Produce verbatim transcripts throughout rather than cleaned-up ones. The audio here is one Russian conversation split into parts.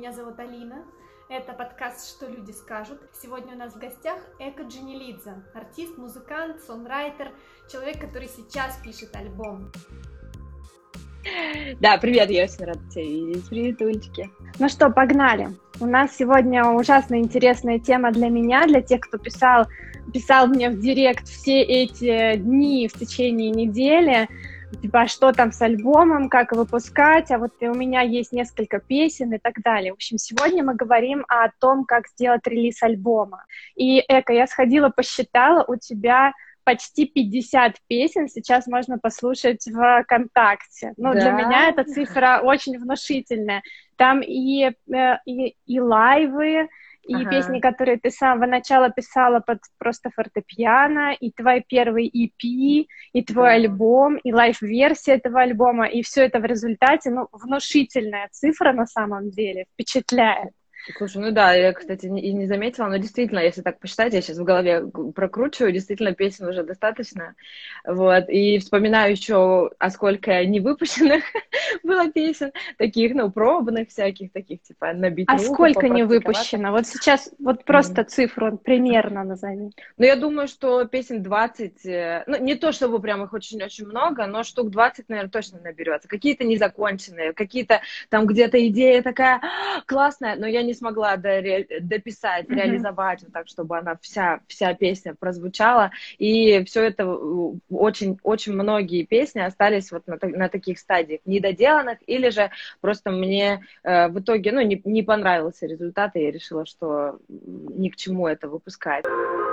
меня зовут Алина. Это подкаст «Что люди скажут». Сегодня у нас в гостях Эко Дженилидзе, артист, музыкант, сонрайтер, человек, который сейчас пишет альбом. Да, привет, я очень рада тебя видеть. Привет, Ульчики. Ну что, погнали. У нас сегодня ужасно интересная тема для меня, для тех, кто писал, писал мне в директ все эти дни в течение недели. Типа, что там с альбомом, как выпускать, а вот у меня есть несколько песен и так далее. В общем, сегодня мы говорим о том, как сделать релиз альбома. И, Эко, я сходила, посчитала, у тебя почти пятьдесят песен сейчас можно послушать в ВКонтакте. Ну, Да? Для меня эта цифра очень внушительная. Там и, и, и лайвы, и Ага. песни, которые ты с самого начала писала под просто фортепиано, и твой первый и пи, и твой Да. альбом, и лайв-версия этого альбома, и все это в результате, ну, внушительная цифра на самом деле, впечатляет. Слушай, ну да, я, кстати, не- и не заметила, но действительно, если так посчитать, я сейчас в голове прокручиваю, действительно, песен уже достаточно, вот, и вспоминаю еще, а сколько невыпущенных было песен, таких, ну, пробных всяких, таких, типа, набить А руку, сколько не попрактиковаться. выпущено? Вот сейчас, вот просто цифру примерно назови. Ну, я думаю, что песен двадцать, э, ну, не то чтобы прям их очень-очень много, но штук двадцать, наверное, точно наберется. Какие-то незаконченные, какие-то там где-то идея такая «А, классная», но я не смогла доре- дописать, Мгм. реализовать вот так, чтобы она вся, вся песня прозвучала. И все это, э, очень, очень многие песни остались вот на, та- на таких стадиях недоделанных, или же просто мне э, в итоге, ну, не, не понравился результат, и я решила, что м, ни к чему это выпускать.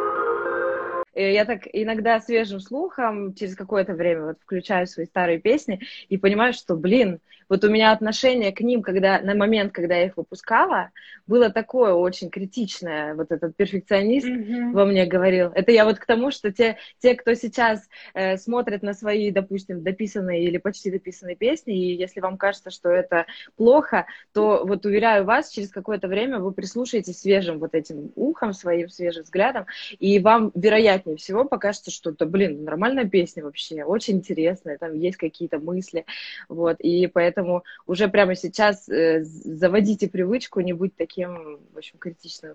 И я так иногда свежим слухом через какое-то время вот включаю свои старые песни и понимаю, что, блин, вот у меня отношение к ним, когда на момент, когда я их выпускала, было такое очень критичное. Вот этот перфекционист Мгм. во мне говорил. Это я вот к тому, что те, те кто сейчас э, смотрит на свои, допустим, дописанные или почти дописанные песни, и если вам кажется, что это плохо, то вот уверяю вас, через какое-то время вы прислушаетесь свежим вот этим ухом, своим свежим взглядом, и вам, вероятнее всего, покажется, что это, блин, нормальная песня вообще, очень интересная, там есть какие-то мысли, вот, и поэтому уже прямо сейчас э, заводите привычку не быть таким, в общем, критичным.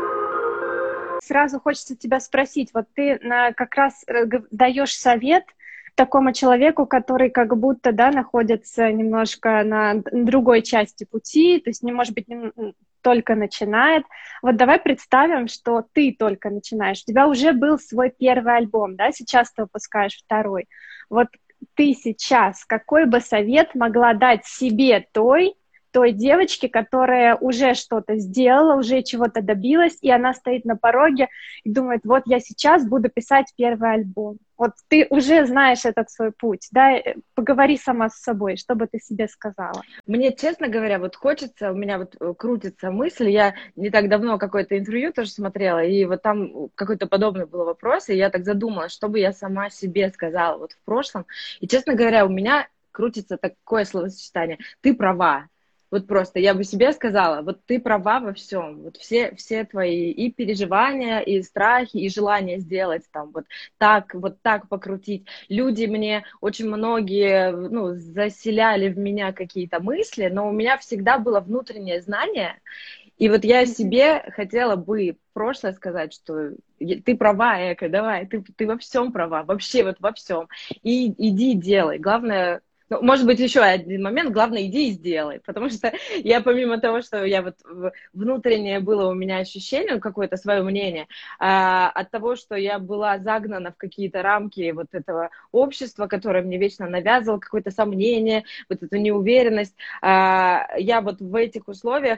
Сразу хочется тебя спросить, вот ты на, как раз э, г- даешь совет такому человеку, который как будто, да, находится немножко на д- другой части пути, то есть не может быть нем- м, только начинает. Вот давай представим, что ты только начинаешь. У тебя уже был свой первый альбом, да, сейчас ты выпускаешь второй. Вот ты сейчас какой бы совет могла дать себе той, той девочке, которая уже что-то сделала, уже чего-то добилась, и она стоит на пороге и думает, вот я сейчас буду писать первый альбом. Вот ты уже знаешь этот свой путь, да, э, поговори сама с собой, что бы ты себе сказала. Мне, честно говоря, вот хочется, у меня вот э, крутится мысль, я не так давно какое-то интервью тоже смотрела, и вот там какой-то подобный был вопрос, и я так задумалась, что бы я сама себе сказала вот в прошлом, и, честно говоря, у меня крутится такое словосочетание «ты права». Вот просто я бы себе сказала, вот ты права во всем, вот все, все твои и переживания, и страхи, и желание сделать там вот так, вот так покрутить. Люди мне, очень многие, ну, заселяли в меня какие-то мысли, но у меня всегда было внутреннее знание, и вот я себе хотела бы в прошлое сказать, что ты права, Эко, давай, ты, ты во всем права, вообще вот во всем, и иди делай, главное... Ну, может быть, еще один момент, главное, иди и сделай, потому что я помимо того, что я вот внутреннее было у меня ощущение, ну, какое-то свое мнение, а, от того, что я была загнана в какие-то рамки вот этого общества, которое мне вечно навязывало какое-то сомнение, вот эту неуверенность, а, я вот в этих условиях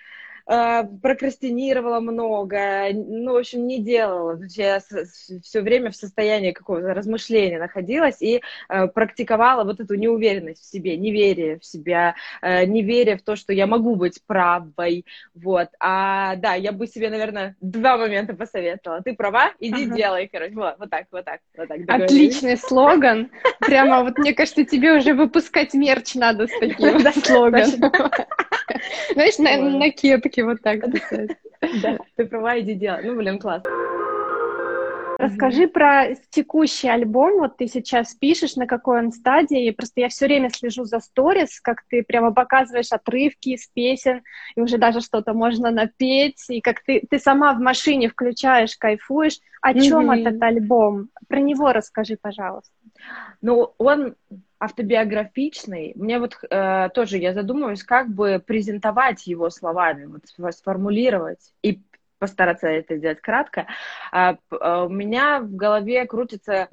э, прокрастинировала много, ну, в общем, не делала. То есть я все время в состоянии какого-то размышления находилась и э, практиковала вот эту неуверенность в себе, неверие в себя, э, неверие в то, что я могу быть правой, вот. А, да, я бы себе, наверное, два момента посоветовала. Ты права, иди Ага. делай, короче, вот, вот так, вот так, вот так договорились. Отличный слоган. Прямо вот, мне кажется, тебе уже выпускать мерч надо с таким Да, слоганом. Знаешь, на, Вот. на кепке вот так писать. Да, ты права, иди делай. Ну, блин, класс. Расскажи про текущий альбом. Вот ты сейчас пишешь, на какой он стадии. Просто я все время слежу за сторис, как ты прямо показываешь отрывки из песен, и уже даже что-то можно напеть, и как ты, ты сама в машине включаешь, кайфуешь. О чем этот Мгм. альбом? Про него расскажи, пожалуйста. Ну, он автобиографичный. Мне вот э, тоже я задумываюсь, как бы презентовать его словами, вот сф- сформулировать и постараться это сделать кратко. А, п- а, у меня в голове крутится,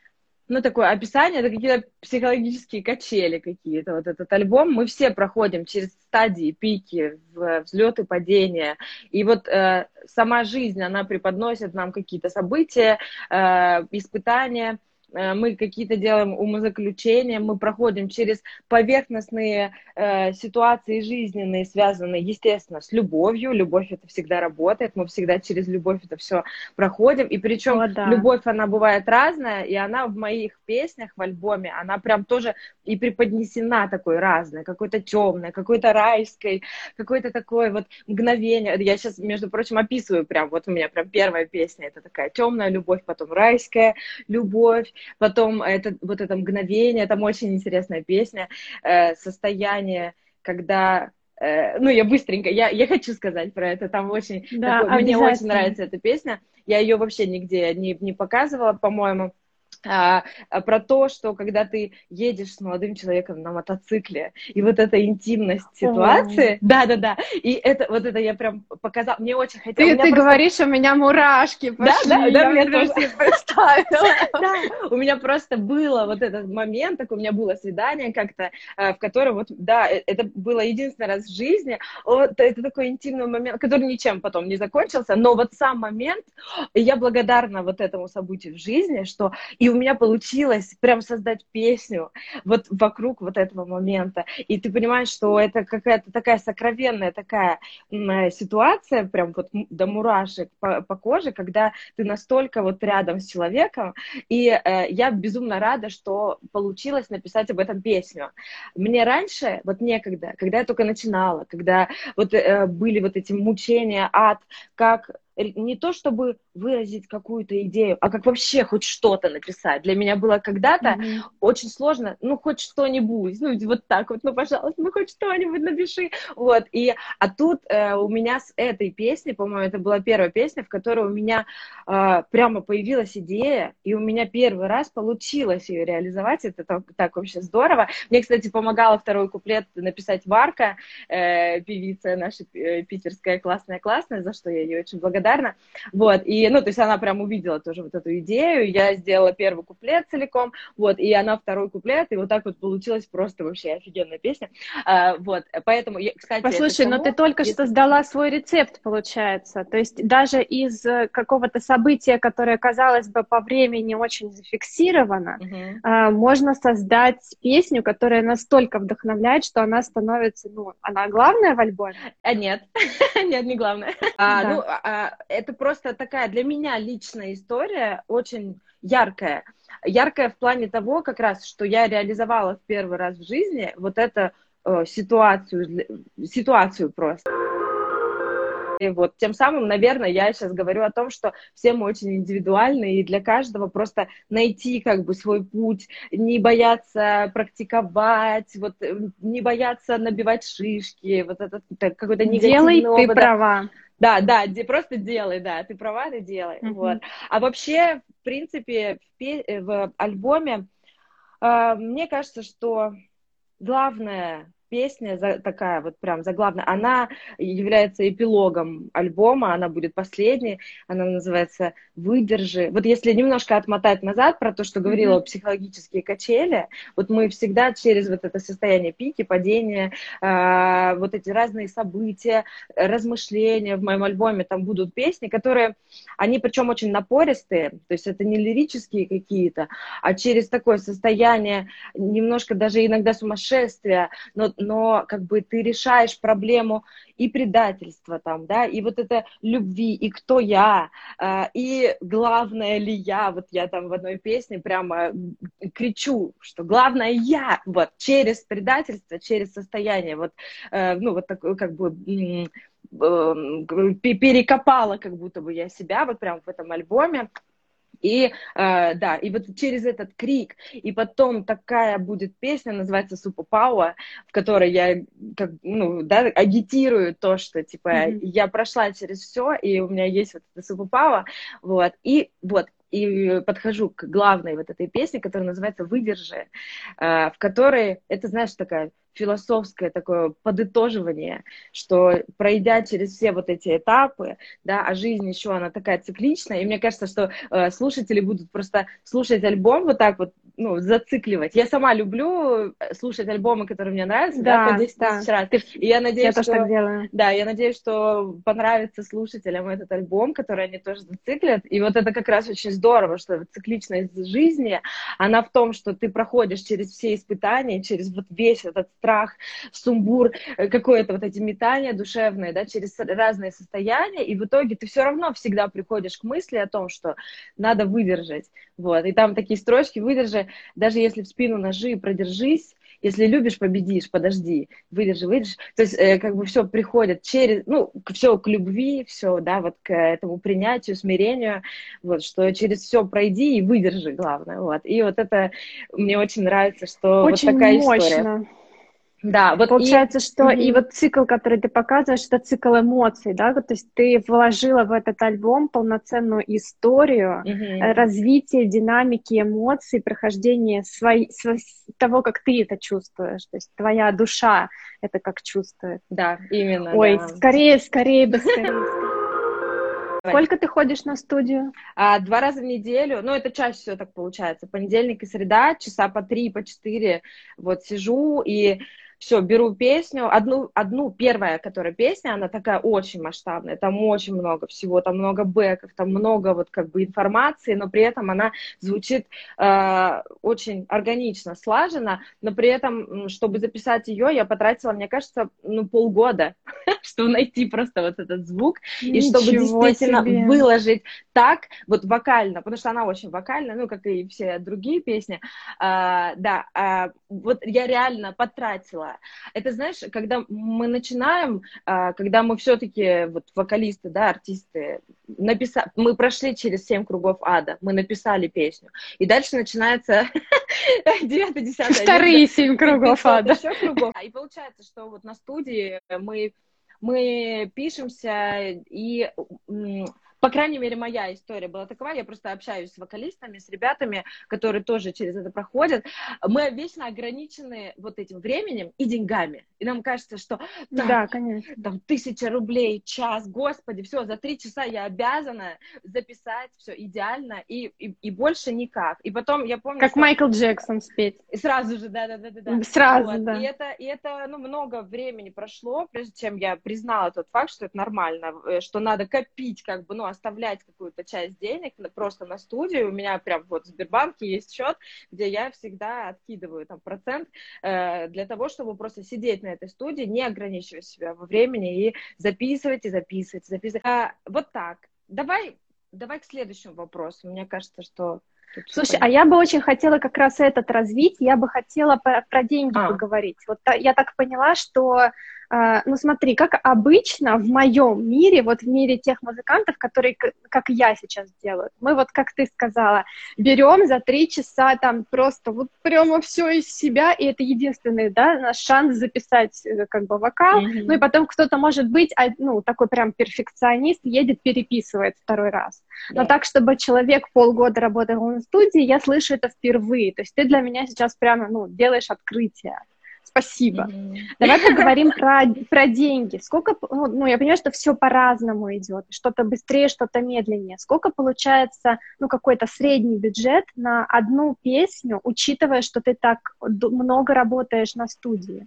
ну, такое описание, это какие-то психологические качели какие-то. Вот этот альбом, мы все проходим через стадии, пики, в- взлеты, падения. И вот э, сама жизнь, она преподносит нам какие-то события, э, испытания, э, мы какие-то делаем умозаключения, мы проходим через поверхностные э, ситуации жизненные, связанные, естественно, с любовью. Любовь это всегда работает, мы всегда через любовь это все проходим. И причем О, да. любовь, она бывает разная, и она в моих песнях, в альбоме, она прям тоже и преподнесена такой разной, какой-то темной, какой-то райской, какой-то такой вот мгновение. Я сейчас, между прочим, описываю прям, вот у меня прям первая песня, это такая темная любовь, потом райская любовь, потом это, вот это мгновение, там очень интересная песня, э, состояние, когда э, ну, я быстренько, я, я хочу сказать про это, там очень Да, такой, мне очень обязательно. нравится эта песня, я ее вообще нигде не, не показывала, по-моему, а, а, про то, что когда ты едешь с молодым человеком на мотоцикле, и вот эта интимность О. ситуации, да-да-да, и это, вот это я прям показала, мне очень хотелось, у Ты, меня ты просто, говоришь, у меня мурашки да, да, пошли. да, Я мне прям тоже. себе представила. Да, у меня просто было вот этот момент, так у меня было свидание как-то, э, в котором вот, да, э, это было единственный раз в жизни, вот это такой интимный момент, который ничем потом не закончился, но вот сам момент, и я благодарна вот этому событию в жизни, что и у меня получилось прям создать песню вот вокруг вот этого момента, и ты понимаешь, что это какая-то такая сокровенная такая м, э, ситуация, прям вот м- до мурашек по, по коже, когда ты настолько вот рядом с человеком, и э, я безумно рада, что получилось написать об этом песню. Мне раньше, вот некогда, когда я только начинала, когда вот э, были вот эти мучения, ад, как не то чтобы выразить какую-то идею, а как вообще хоть что-то написать. Для меня было когда-то Мгм. очень сложно, ну, хоть что-нибудь, ну, вот так вот, ну, пожалуйста, ну, хоть что-нибудь напиши, вот, и, а тут э, у меня с этой песней, по-моему, это была первая песня, в которой у меня э, прямо появилась идея, и у меня первый раз получилось ее реализовать, это так, так вообще здорово. Мне, кстати, помогала второй куплет написать Варка, э, певица наша э, питерская, классная-классная, за что я ей очень благодарна. Вот, и, ну, то есть она прям увидела тоже вот эту идею, я сделала первый куплет целиком, вот, и она второй куплет, и вот так вот получилась просто вообще офигенная песня, а, вот, поэтому, я, кстати, это к Послушай, но ты тому, только что если... сдала свой рецепт, получается. То есть даже из э, какого-то события, которое, казалось бы, по времени очень зафиксировано, Мгм. э, можно создать песню, которая настолько вдохновляет, что она становится, ну, она главная в альбоме? А нет, нет, не главное. А, ну, Да. а, это просто такая для меня личная история, очень яркая. Яркая в плане того, как раз, что я реализовала в первый раз в жизни вот эту э, ситуацию, для- ситуацию просто. И вот тем самым, наверное, я сейчас говорю о том, что все мы очень индивидуальны, и для каждого просто найти как бы свой путь, не бояться практиковать, вот, э, не бояться набивать шишки, вот этот так, какой-то Делай, негативный ты опыт. права. Да, да, де- просто делай, да, ты права, ты делай, вот. Мгм. А вообще, в принципе, в, пе- э, в альбоме, э, мне кажется, что главная песня, за, такая вот прям заглавная, она является эпилогом альбома, она будет последней, она называется «Выдержи». Вот если немножко отмотать назад про то, что говорила Мгм. о психологические качели, вот мы всегда через вот это состояние пики, падения, э, вот эти разные события, размышления в моем альбоме, там будут песни, которые, они причем очень напористые, то есть это не лирические какие-то, а через такое состояние немножко даже иногда сумасшествия, но, но как бы ты решаешь проблему и предательства там, да, и вот это любви, и кто я, а, и главное ли я, вот я там в одной песне прямо кричу, что главное я, вот, через предательство, через состояние, вот, э, ну, вот такое как бы м, э, перекопала как будто бы я себя вот прям в этом альбоме. И, э, да, и вот через этот крик, и потом такая будет песня, называется «Суперпауэр», в которой я, как, ну, да, агитирую то, что, типа, Мгм. я прошла через все, и у меня есть вот это суперпауэр, вот, и вот, и подхожу к главной вот этой песне, которая называется «Выдержи», э, в которой, это, знаешь, такая философское такое подытоживание, что пройдя через все вот эти этапы, да, а жизнь еще она такая цикличная, и мне кажется, что э, слушатели будут просто слушать альбом вот так вот, ну, зацикливать. Я сама люблю слушать альбомы, которые мне нравятся, да, по Да, десять да, тысяч раз. ты, И я я надеюсь, тоже так что, делаю. да, я надеюсь, что понравится слушателям этот альбом, который они тоже зациклят. И вот это как раз очень здорово, что цикличность жизни, она в том, что ты проходишь через все испытания, через вот весь этот страх, сумбур, какое-то вот эти метания душевные, да, через разные состояния, и в итоге ты все равно всегда приходишь к мысли о том, что надо выдержать, вот, и там такие строчки: выдержи, даже если в спину ножи, продержись, если любишь, победишь, подожди, выдержи, выдержи, то есть э, как бы все приходит через, ну, все к любви, все, да, вот к этому принятию, смирению, вот, что через все пройди и выдержи, главное, вот, и вот это мне очень нравится, что вот Очень такая история. мощно. Да, вот и... Получается, что и Мгм. вот цикл, который ты показываешь, это цикл эмоций, да, вот, то есть ты вложила в этот альбом полноценную историю э, Мгм. развития динамики эмоций, прохождения своей, сво- того, как ты это чувствуешь, то есть твоя душа это как чувствует. Да, именно, Ой, да. скорее, скорее бы, скорее, скорее. Давай. Сколько ты ходишь на студию? А, два раза в неделю, ну, это чаще всего так получается, понедельник и среда, часа по три, по четыре, вот сижу и все, беру песню, одну, одну, первая, которая песня, она такая очень масштабная, там очень много всего, там много бэков, там много вот как бы информации, но при этом она звучит э, очень органично, слаженно, но при этом, чтобы записать ее, я потратила, мне кажется, ну, полгода, чтобы найти просто вот этот звук, и чтобы Ничего действительно себе. выложить так, вот вокально, потому что она очень вокальная, ну, как и все другие песни, а, да, а, вот я реально потратила. Это, знаешь, когда мы начинаем, а, когда мы все-таки, вот, вокалисты, да, артисты, написа... мы прошли через семь кругов ада, мы написали песню, и дальше начинается девятый, десятый, Вторые семь кругов пятьсот ада. еще кругов. И получается, что вот на студии мы мы пишемся, и, по крайней мере, моя история была такова, я просто общаюсь с вокалистами, с ребятами, которые тоже через это проходят, мы вечно ограничены вот этим временем и деньгами, и нам кажется, что так, Да, конечно. там, тысяча рублей, час, господи, все, за три часа я обязана записать все идеально, и, и, и больше никак, и потом я помню, Как что... Майкл Джексон спеть. И сразу же, да-да-да-да-да. Сразу, Вот. И да. это, и это, ну, много времени прошло, прежде чем я признала тот факт, что это нормально, э, что надо копить, как бы, ну, оставлять какую-то часть денег на- просто на студию. У меня прям вот в Сбербанке есть счет, где я всегда откидываю там процент э, для того, чтобы просто сидеть на этой студии, не ограничивая себя во времени и записывать, и записывать, и записывать. А, вот так. Давай, давай к следующему вопросу. Мне кажется, что тут всё Слушай, а понятно. я бы очень хотела как раз этот развить, я бы хотела про, про деньги А, поговорить. Вот та- я так поняла, что, э, ну смотри, как обычно в моем мире, вот в мире тех музыкантов, которые, к- как я сейчас делаю, мы вот, как ты сказала, берем за три часа там просто вот прямо все из себя, и это единственный, да, наш шанс записать э, как бы вокал, ну и мгм. потом кто-то, может быть, а, ну, такой прям перфекционист, едет, переписывает второй раз. Но Да. так, чтобы человек полгода работал в студии, я слышу это впервые. То есть ты для меня сейчас прямо, ну, делаешь открытие. Спасибо. Мгм. Давай поговорим про, про деньги. Сколько, ну, ну, я понимаю, что все по-разному идет. Что-то быстрее, что-то медленнее. Сколько получается, ну, какой-то средний бюджет на одну песню, учитывая, что ты так д- много работаешь на студии?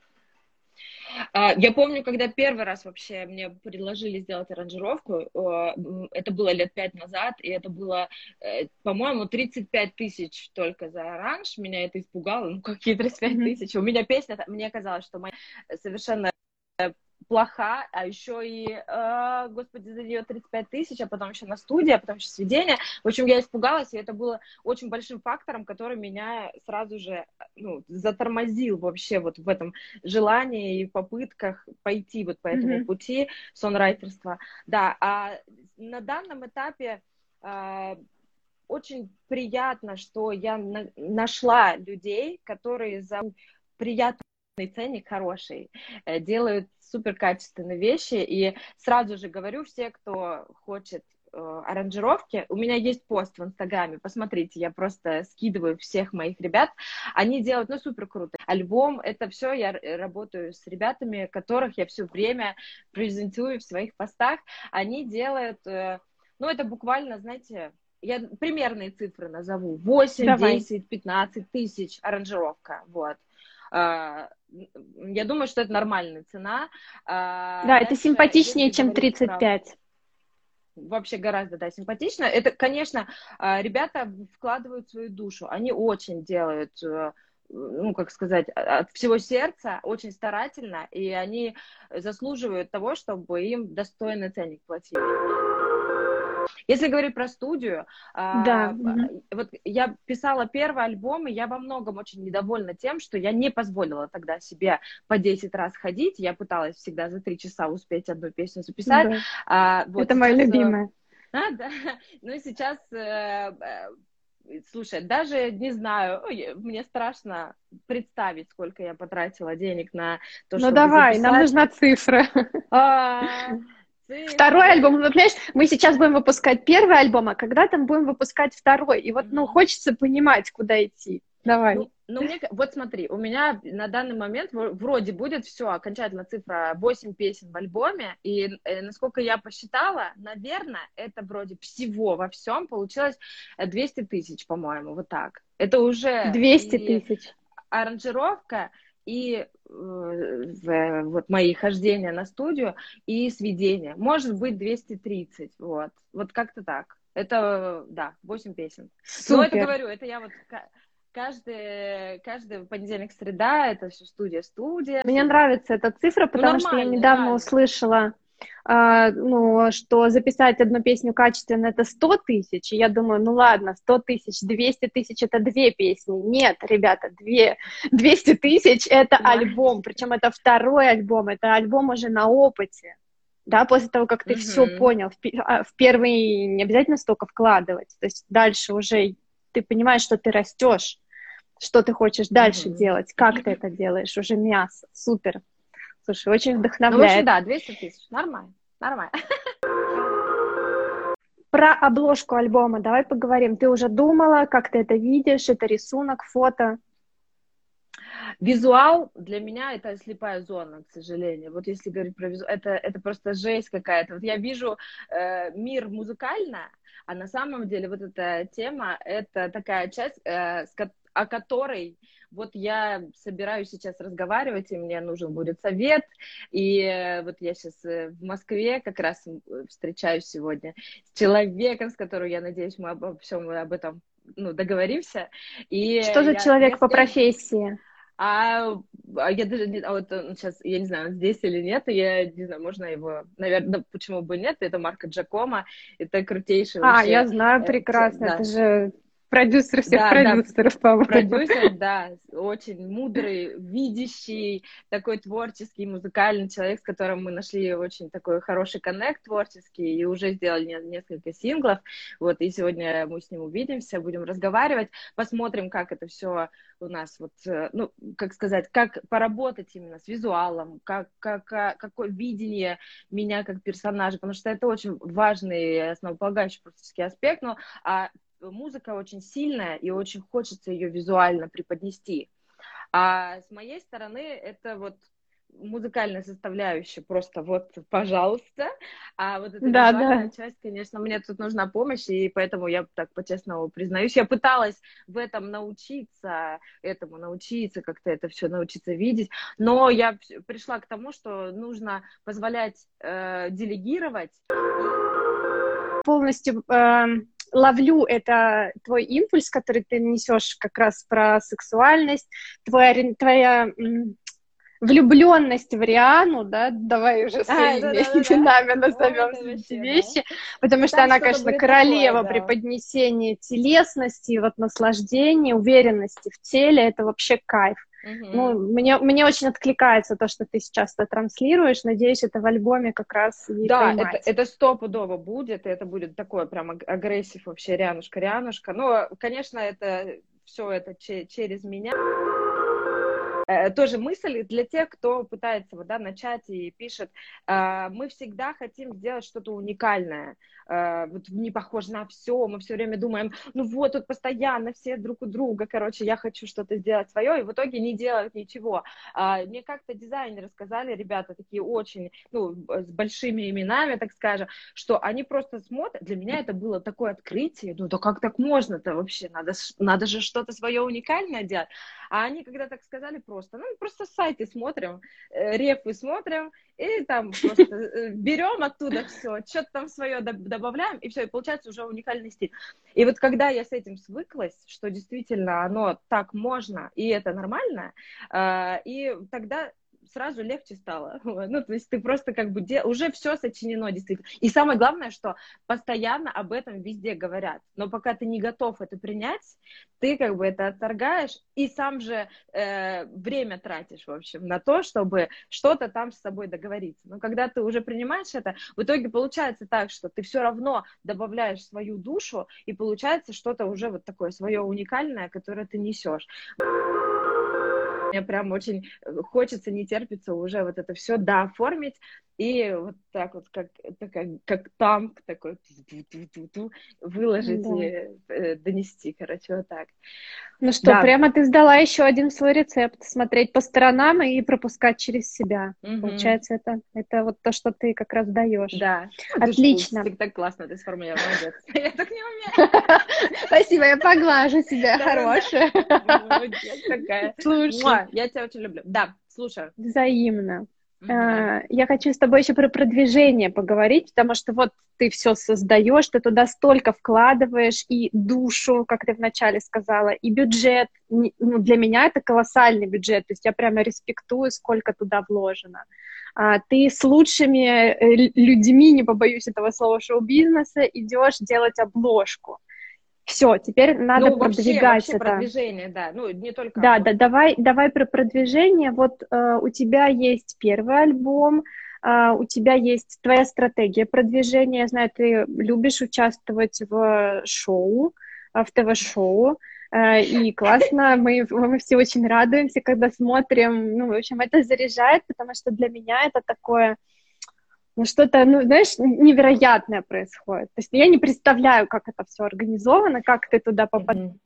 А, Я помню, когда первый раз вообще мне предложили сделать аранжировку, э, м, это было лет пять назад, и это было, э, по-моему, тридцать пять тысяч только за аранж. Меня это испугало. Ну, какие тридцать пять Мгм. тысяч? У меня песня, мне казалось, что моя совершенно плоха, а еще и, э, господи, за нее тридцать пять тысяч, а потом еще на студии, а потом еще сведение. В общем, я испугалась, и это было очень большим фактором, который меня сразу же, ну, затормозил вообще вот в этом желании и попытках пойти вот по этому Мгм. пути сонрайтерства. Да, а на данном этапе э, очень приятно, что я на- нашла людей, которые за приятный ценник хороший э, делают суперкачественные вещи. И сразу же говорю, все, кто хочет э, аранжировки, у меня есть пост в Инстаграме, посмотрите, я просто скидываю всех моих ребят, они делают, ну, супер круто. Альбом, это все, я р- работаю с ребятами, которых я все время презентую в своих постах, они делают, э, ну, это буквально, знаете, я примерные цифры назову, восемь, Давай. десять, пятнадцать тысяч аранжировка, вот. А, Я думаю, что это нормальная цена. А, Да, это Дальше, симпатичнее, если чем говорить тридцать про... пять. Вообще гораздо, да, симпатично. Это, конечно, а, ребята вкладывают свою душу. Они очень делают, э, ну, как сказать, от всего сердца, очень старательно, и они заслуживают того, чтобы им достойный ценник платили. Если говорить про студию, Да. а, Мгм. вот я писала первый альбом, и я во многом очень недовольна тем, что я не позволила тогда себе по десять раз ходить. Я пыталась всегда за три часа успеть одну песню записать. Да. А, вот Это моя сейчас, э, любимая. а, да. Ну и сейчас, э, э, слушай, даже не знаю, ой, мне страшно представить, сколько я потратила денег на то, Ну чтобы давай, нам записать. нужна цифра. А, Второй альбом, цифры. ну, понимаешь, мы сейчас будем выпускать первый альбом, а когда там будем выпускать второй? И вот, ну, Мгм. хочется понимать, куда идти. Давай. Ну, ну, мне, ка- вот смотри, у меня на данный момент в- вроде будет все, окончательно цифра восемь песен в альбоме, и э, насколько я посчитала, наверное, это вроде всего во всем получилось э, двести тысяч, по-моему, вот так. Это уже двести и тысяч. аранжировка, и э, в- вот мои хождения на студию, и сведения. Может быть, двести тридцать, вот. Вот как-то так. Это, да, восемь песен. Но это, Супер. говорю, это я вот ка- каждый, каждый понедельник, среда, это все студия-студия. Мне Все. нравится эта цифра, Ну, потому что я нормально, недавно реально. услышала, а, ну, что записать одну песню качественно — это сто тысяч, и я думаю, ну ладно, сто тысяч, двести тысяч — это две песни. Нет, ребята, две, двести тысяч — это Да. альбом, причем это второй альбом, это альбом уже на опыте. Да, после того, как ты все Мгм. понял, в, пи- а, в первый не обязательно столько вкладывать, то есть дальше уже ты понимаешь, что ты растешь, что ты хочешь дальше Мгм. делать, как ты это делаешь, уже мясо, супер. Слушай, очень Ну, в общем, вдохновляет. да, двести тысяч. Нормально, нормально. Про обложку альбома давай поговорим. Ты уже думала, как ты это видишь? Это рисунок, фото? Визуал для меня это слепая зона, к сожалению. Вот если говорить про визуал, это, это просто жесть какая-то. Вот я вижу э, мир музыкально, а на самом деле вот эта тема, это такая часть, э, с ко- о которой вот я собираюсь сейчас разговаривать, и мне нужен будет совет. И э, вот я сейчас э, в Москве как раз э, встречаюсь сегодня с человеком, с которым, я надеюсь, мы обо всем об этом, ну, договоримся. И Что за я, человек я, по я профессии? а, а я даже не, а вот он сейчас, я не знаю, он здесь или нет, и я не знаю, можно его, наверное, почему бы нет, это Марко Джакомо, это крутейший А, я вообще, знаю э, че- прекрасно. Это да, же продюсер всех да, да, продюсеров, по-моему. продюсер, да, очень мудрый, видящий, такой творческий, музыкальный человек, с которым мы нашли очень такой хороший коннект творческий и уже сделали не- несколько синглов. Вот, и сегодня мы с ним увидимся, будем разговаривать, посмотрим, как это все у нас, вот, э, ну, как сказать, как поработать именно с визуалом, как, как, а, какое видение меня как персонажа, потому что это очень важный, основополагающий практически аспект, но а музыка очень сильная, и очень хочется ее визуально преподнести. А с моей стороны это вот музыкальная составляющая, просто вот, пожалуйста. А вот эта Да, визуальная да. часть, конечно, мне тут нужна помощь, и поэтому я так по-честному признаюсь, я пыталась в этом научиться, этому научиться, как-то это все научиться видеть, но я вс- пришла к тому, что нужно позволять э, делегировать. Полностью эм, ловлю это твой импульс, который ты несешь как раз про сексуальность, твоя, ори- твоя м, влюбленность в Риану, да, давай уже А, своими да-да-да-да. именами Ой, назовем это эти вообще, да. вещи, потому что Там она, что-то конечно, будет такое, королева да. преподнесения телесности, вот наслаждения, уверенности в теле, это вообще кайф. Ну, мне, мне очень откликается то, что ты сейчас это транслируешь. Надеюсь, это в альбоме как раз и Да, поймать. это, это стопудово будет, и это будет такое прям аг- агрессив вообще, рянушка-рянушка. Но, конечно, это все это че- через меня. Э, тоже мысль для тех, кто пытается вот, да, начать и пишет, э, мы всегда хотим сделать что-то уникальное, э, вот не похоже на все, мы все время думаем, ну вот, тут постоянно все друг у друга, короче, я хочу что-то сделать свое, и в итоге не делают ничего. А, мне как-то дизайнеры сказали, ребята такие очень, ну, с большими именами, так скажем, что они просто смотрят, для меня это было такое открытие, ну да как так можно-то вообще, надо, ж- надо же что-то свое уникальное делать. А они, когда так сказали, просто, ну, просто сайты смотрим, э, рефы смотрим, и там просто э, берем оттуда все, что-то там свое добавляем, и все, и получается уже уникальный стиль. И вот когда я с этим свыклась, что действительно оно так можно, и это нормально, э, и тогда сразу легче стало. Ну, то есть ты просто как бы де... уже все сочинено действительно. И самое главное, что постоянно об этом везде говорят. Но пока ты не готов это принять, ты как бы это отторгаешь и сам же э, время тратишь, в общем, на то, чтобы что-то там с собой договориться. Но когда ты уже принимаешь это, в итоге получается так, что ты все равно добавляешь свою душу, и получается что-то уже вот такое свое уникальное, которое ты несешь. Мне прям очень хочется, не терпится уже вот это все дооформить и вот так вот, как, это как, как танк такой, ту-ту-ту-ту, выложить Да. и э, донести, короче, вот так. Ну что, Да. прямо ты сдала еще один свой рецепт. Смотреть по сторонам и пропускать через себя. Мгм. Получается, это, это вот то, что ты как раз даешь. Да. Ну, ты ж Отлично. всегда классно ты сформулировала, молодец. Я так не умею. Спасибо, я поглажу себя, Да-да-да. хорошая. Молодец такая. Слушай, Муа, я тебя очень люблю. Да, слушаю. взаимно. Мгм. А, Я хочу с тобой еще про продвижение поговорить, потому что вот ты все создаешь, ты туда столько вкладываешь и душу, как ты вначале сказала, и бюджет. Не- Ну, для меня это колоссальный бюджет, то есть я прямо респектую, сколько туда вложено. А, Ты с лучшими э, лю- людьми, не побоюсь этого слова, шоу-бизнеса, идешь делать обложку. Все, теперь надо Ну, вообще, продвигать вообще это. продвижение, да. Ну, не только Да, да, обложка. давай, давай про продвижение. Вот э, у тебя есть первый альбом, э, у тебя есть твоя стратегия продвижения. Я знаю, ты любишь участвовать в шоу, э, в ТВ-шоу. Э, и классно, мы, мы все очень радуемся, когда смотрим. Ну, в общем, это заряжает, потому что для меня это такое, ну, что-то, ну, знаешь, невероятное происходит. То есть я не представляю, как это все организовано, как ты туда попадаешь. Мгм.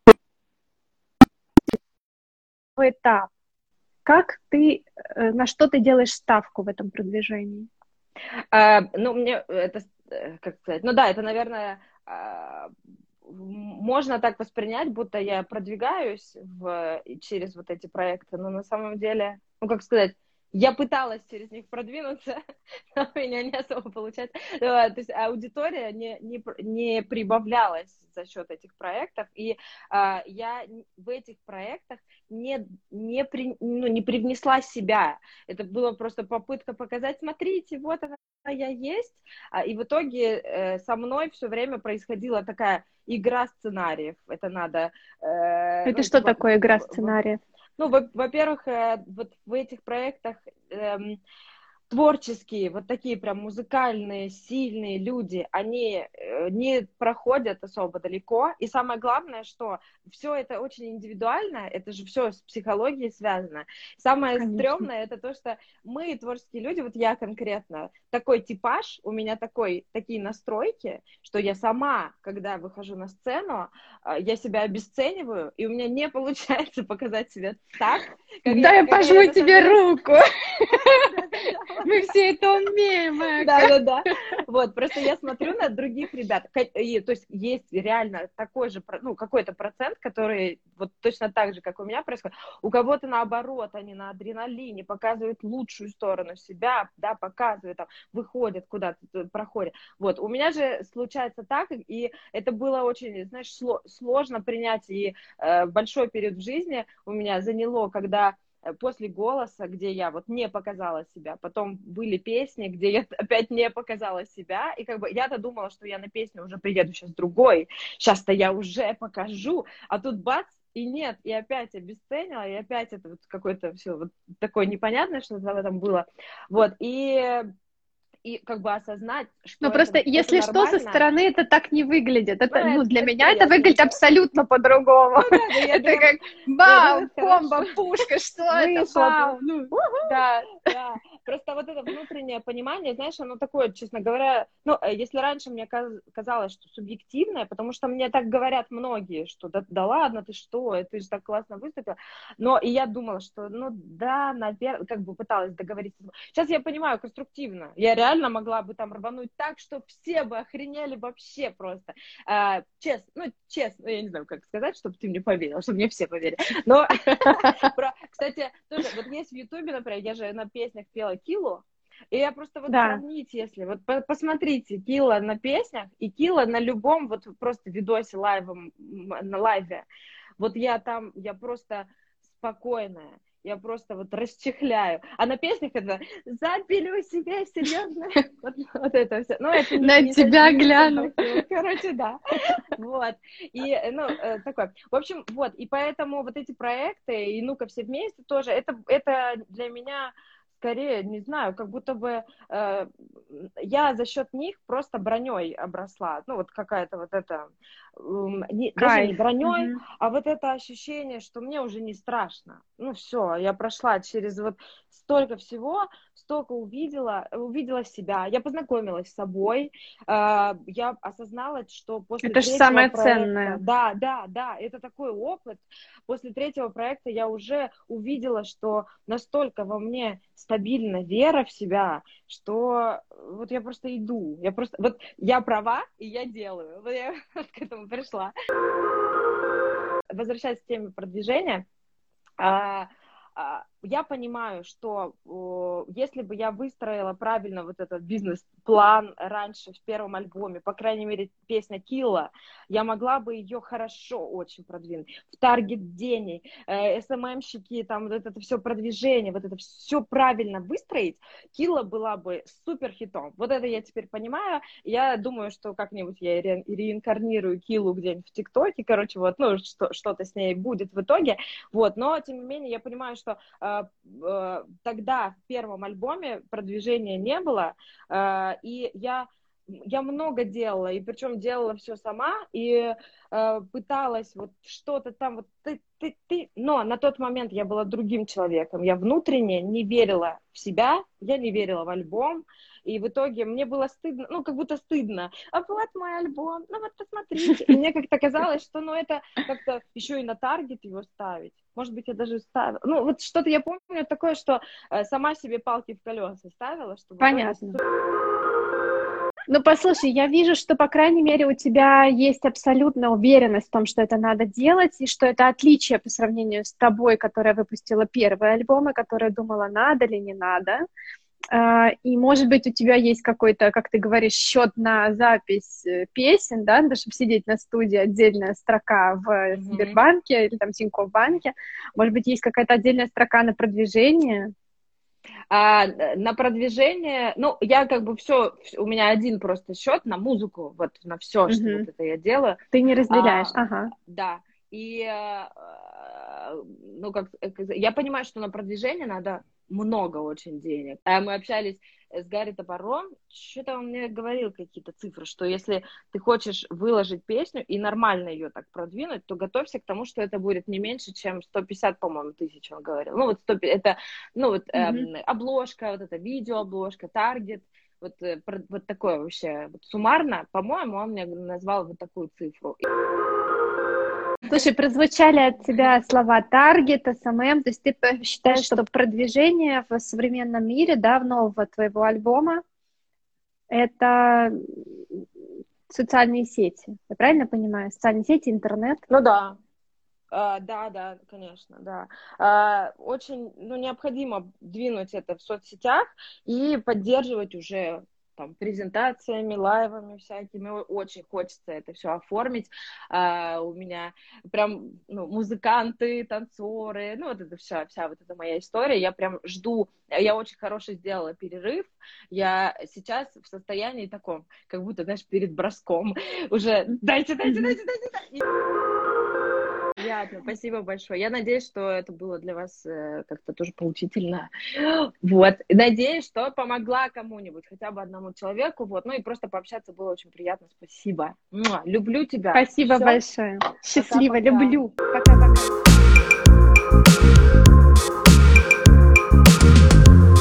Этап. Как ты, э, на что ты делаешь ставку в этом продвижении? А, ну, мне это, э, как сказать, ну да, это, наверное, а, м- можно так воспринять, будто я продвигаюсь в, через вот эти проекты, но на самом деле, ну, как сказать, я пыталась через них продвинуться, но у меня не особо получается. Да, то есть аудитория не, не, пр- не прибавлялась за счет этих проектов, и а, я н- в этих проектах не, не, при, ну, не привнесла себя. Это была просто попытка показать, смотрите, вот она я есть, а, и в итоге э, со мной все время происходила такая игра сценариев. Это надо, э, Это ну, что в- такое игра в- в- сценариев? ну, во- во-первых, э, вот в этих проектах эм, творческие, вот такие прям музыкальные, сильные люди, они э, не проходят особо далеко. И самое главное, что все это очень индивидуально, это же все с психологией связано. Самое Конечно. стрёмное это то, что мы, творческие люди, вот я конкретно, такой типаж, у меня такой, такие настройки, что я сама, когда выхожу на сцену, э, я себя обесцениваю, и у меня не получается показать себя так, как Да, я, я как пожму я на самом тебе деле. руку. Да-да-да, Мы вот все это умеем, Эка. да-да-да. Вот, просто я смотрю на других ребят, ка- и, то есть есть реально такой же, про- ну, какой-то процент, который вот точно так же, как у меня происходит. У кого-то наоборот, они на адреналине показывают лучшую сторону себя, да, показывают, там, выходят куда-то, т- проходят. Вот, у меня же случается так, и это было очень, знаешь, сло- сложно принять, и э, большой период в жизни у меня заняло, когда э, после «Голоса», где я вот не показала себя, потом были песни, где я опять не показала себя, и как бы я-то думала, что я на песню уже приеду сейчас другой, сейчас-то я уже покажу, а тут бац, и нет, и опять обесценила, и опять это вот какое-то все вот такое непонятное, что в этом было. Вот, и, и как бы осознать, что Ну, просто, это, это если что, со нормально. стороны это так не выглядит. Ну, Это, ну, это, для это меня это понятно, выглядит да. абсолютно по-другому. Ну, да, да, я Это прям... как Нет, бам, это бомба, хорошо. пушка, что это, Вышло. вау. Ну, да. Да, просто вот это внутреннее понимание, знаешь, оно такое, честно говоря, ну, э, если раньше мне каз- казалось, что субъективное, потому что мне так говорят многие, что да, да ладно, ты что, ты же так классно выступила, но и я думала, что, ну, да, наверное, как бы пыталась договориться. Сейчас я понимаю конструктивно, я реально могла бы там рвануть так, что все бы охренели вообще просто. А, честно, ну, честно, я не знаю, как сказать, чтобы ты мне поверила, чтобы мне все поверили, но, кстати, тоже, вот есть в Ютубе, например, я же на песнях пела Киллу, и я просто вот Да. сравнить, если, вот по- посмотрите, Килла на песнях и Килла на любом вот просто видосе лайвом, м, на лайве, вот я там, я просто спокойная, я просто вот расчехляю, а на песнях это запилю себе, серьезно, вот, вот это все, ну это не, На не тебя совсем гляну. про Киллу, короче, да, вот, и, ну, э, такой, в общем, вот, и поэтому вот эти проекты, и ну-ка все вместе тоже, это, это для меня скорее, не знаю, как будто бы э, я за счет них просто броней обросла, ну, вот какая-то вот это, эм, не- даже не Кайф. броней, Мгм. а вот это ощущение, что мне уже не страшно, ну, все, я прошла через вот столько всего, столько увидела, увидела себя, я познакомилась с собой, э, я осознала, что после Это же третьего самое проекта, ценное. да, да, да, это такой опыт, после третьего проекта я уже увидела, что настолько во мне стабильна вера в себя, что вот я просто иду, я просто, вот я права, и я делаю, вот я к этому пришла. Возвращаясь к теме продвижения, а, а, я понимаю, что о, если бы я выстроила правильно вот этот бизнес-план раньше в первом альбоме, по крайней мере, песня Килла, я могла бы ее хорошо очень продвинуть. В таргет денег, э, эс эм эм-щики, там вот это все продвижение, вот это все правильно выстроить, Килла была бы супер хитом. Вот это я теперь понимаю. Я думаю, что как-нибудь я ре- реинкарнирую Киллу где-нибудь в ТикТоке, короче, вот, ну, что, что-то с ней будет в итоге. Вот, но, тем не менее, я понимаю, что э, э, тогда в первом альбоме продвижения не было, э, и я, я много делала, и причем делала все сама, и э, пыталась вот что-то там, вот ты, ты, ты, но на тот момент я была другим человеком, я внутренне не верила в себя, я не верила в альбом, и в итоге мне было стыдно, ну, как будто стыдно. А вот мой альбом, ну, вот посмотрите. И мне как-то казалось, что, ну, это как-то еще и на таргет его ставить. Может быть, я даже ставила. Ну, вот что-то я помню такое, что э, сама себе палки в колеса ставила, чтобы в итоге... Понятно. Ну, послушай, я вижу, что, по крайней мере, у тебя есть абсолютная уверенность в том, что это надо делать, и что это отличие по сравнению с тобой, которая выпустила первый альбом, и которая думала, надо ли не надо. А, И, может быть, у тебя есть какой-то, как ты говоришь, счет на запись э, песен, да, да, чтобы сидеть на студии, отдельная строка в Мгм. Сбербанке или там Тинькофф банке. Может быть, есть какая-то отдельная строка на продвижение. А на продвижение, ну, я как бы все, у меня один просто счет на музыку, вот на все, что вот Мгм. это я делаю. Ты не разделяешь, А, ага. да, и, э, ну, как, я понимаю, что на продвижение надо много очень денег. А мы общались с Гарри Топором, что-то он мне говорил какие-то цифры, что если ты хочешь выложить песню и нормально ее так продвинуть, то готовься к тому, что это будет не меньше, чем сто пятьдесят, по-моему, тысяч, он говорил. Ну, вот сто, это, ну, вот Мгм. эм, обложка, вот это видеообложка, таргет, вот, э, про- вот такое вообще, вот суммарно, по-моему, он мне назвал вот такую цифру. Слушай, прозвучали от тебя слова таргет, эс эм эм, то есть ты п- считаешь, что продвижение в современном мире, да, в нового твоего альбома, это социальные сети. Я правильно понимаю? Социальные сети, интернет. Ну да, А, да, да, конечно, да. А, очень, ну, необходимо двинуть это в соцсетях и поддерживать уже там презентациями, лайвами всякими. О- Очень хочется это все оформить. А, у меня прям, ну, музыканты, танцоры, ну, вот это вся, вся вот эта моя история. Я прям жду. Я очень хороший сделала перерыв. Я сейчас в состоянии таком, как будто, знаешь, перед броском уже дайте, дайте, Мгм. дайте, дайте, дайте. приятно, спасибо большое. Я надеюсь, что это было для вас э, как-то тоже поучительно. Вот, и надеюсь, что помогла кому-нибудь, хотя бы одному человеку, вот, ну и просто пообщаться было очень приятно, спасибо. Муа, люблю тебя. Спасибо Всё. большое. Счастливо, Пока-пока. люблю. Пока-пока.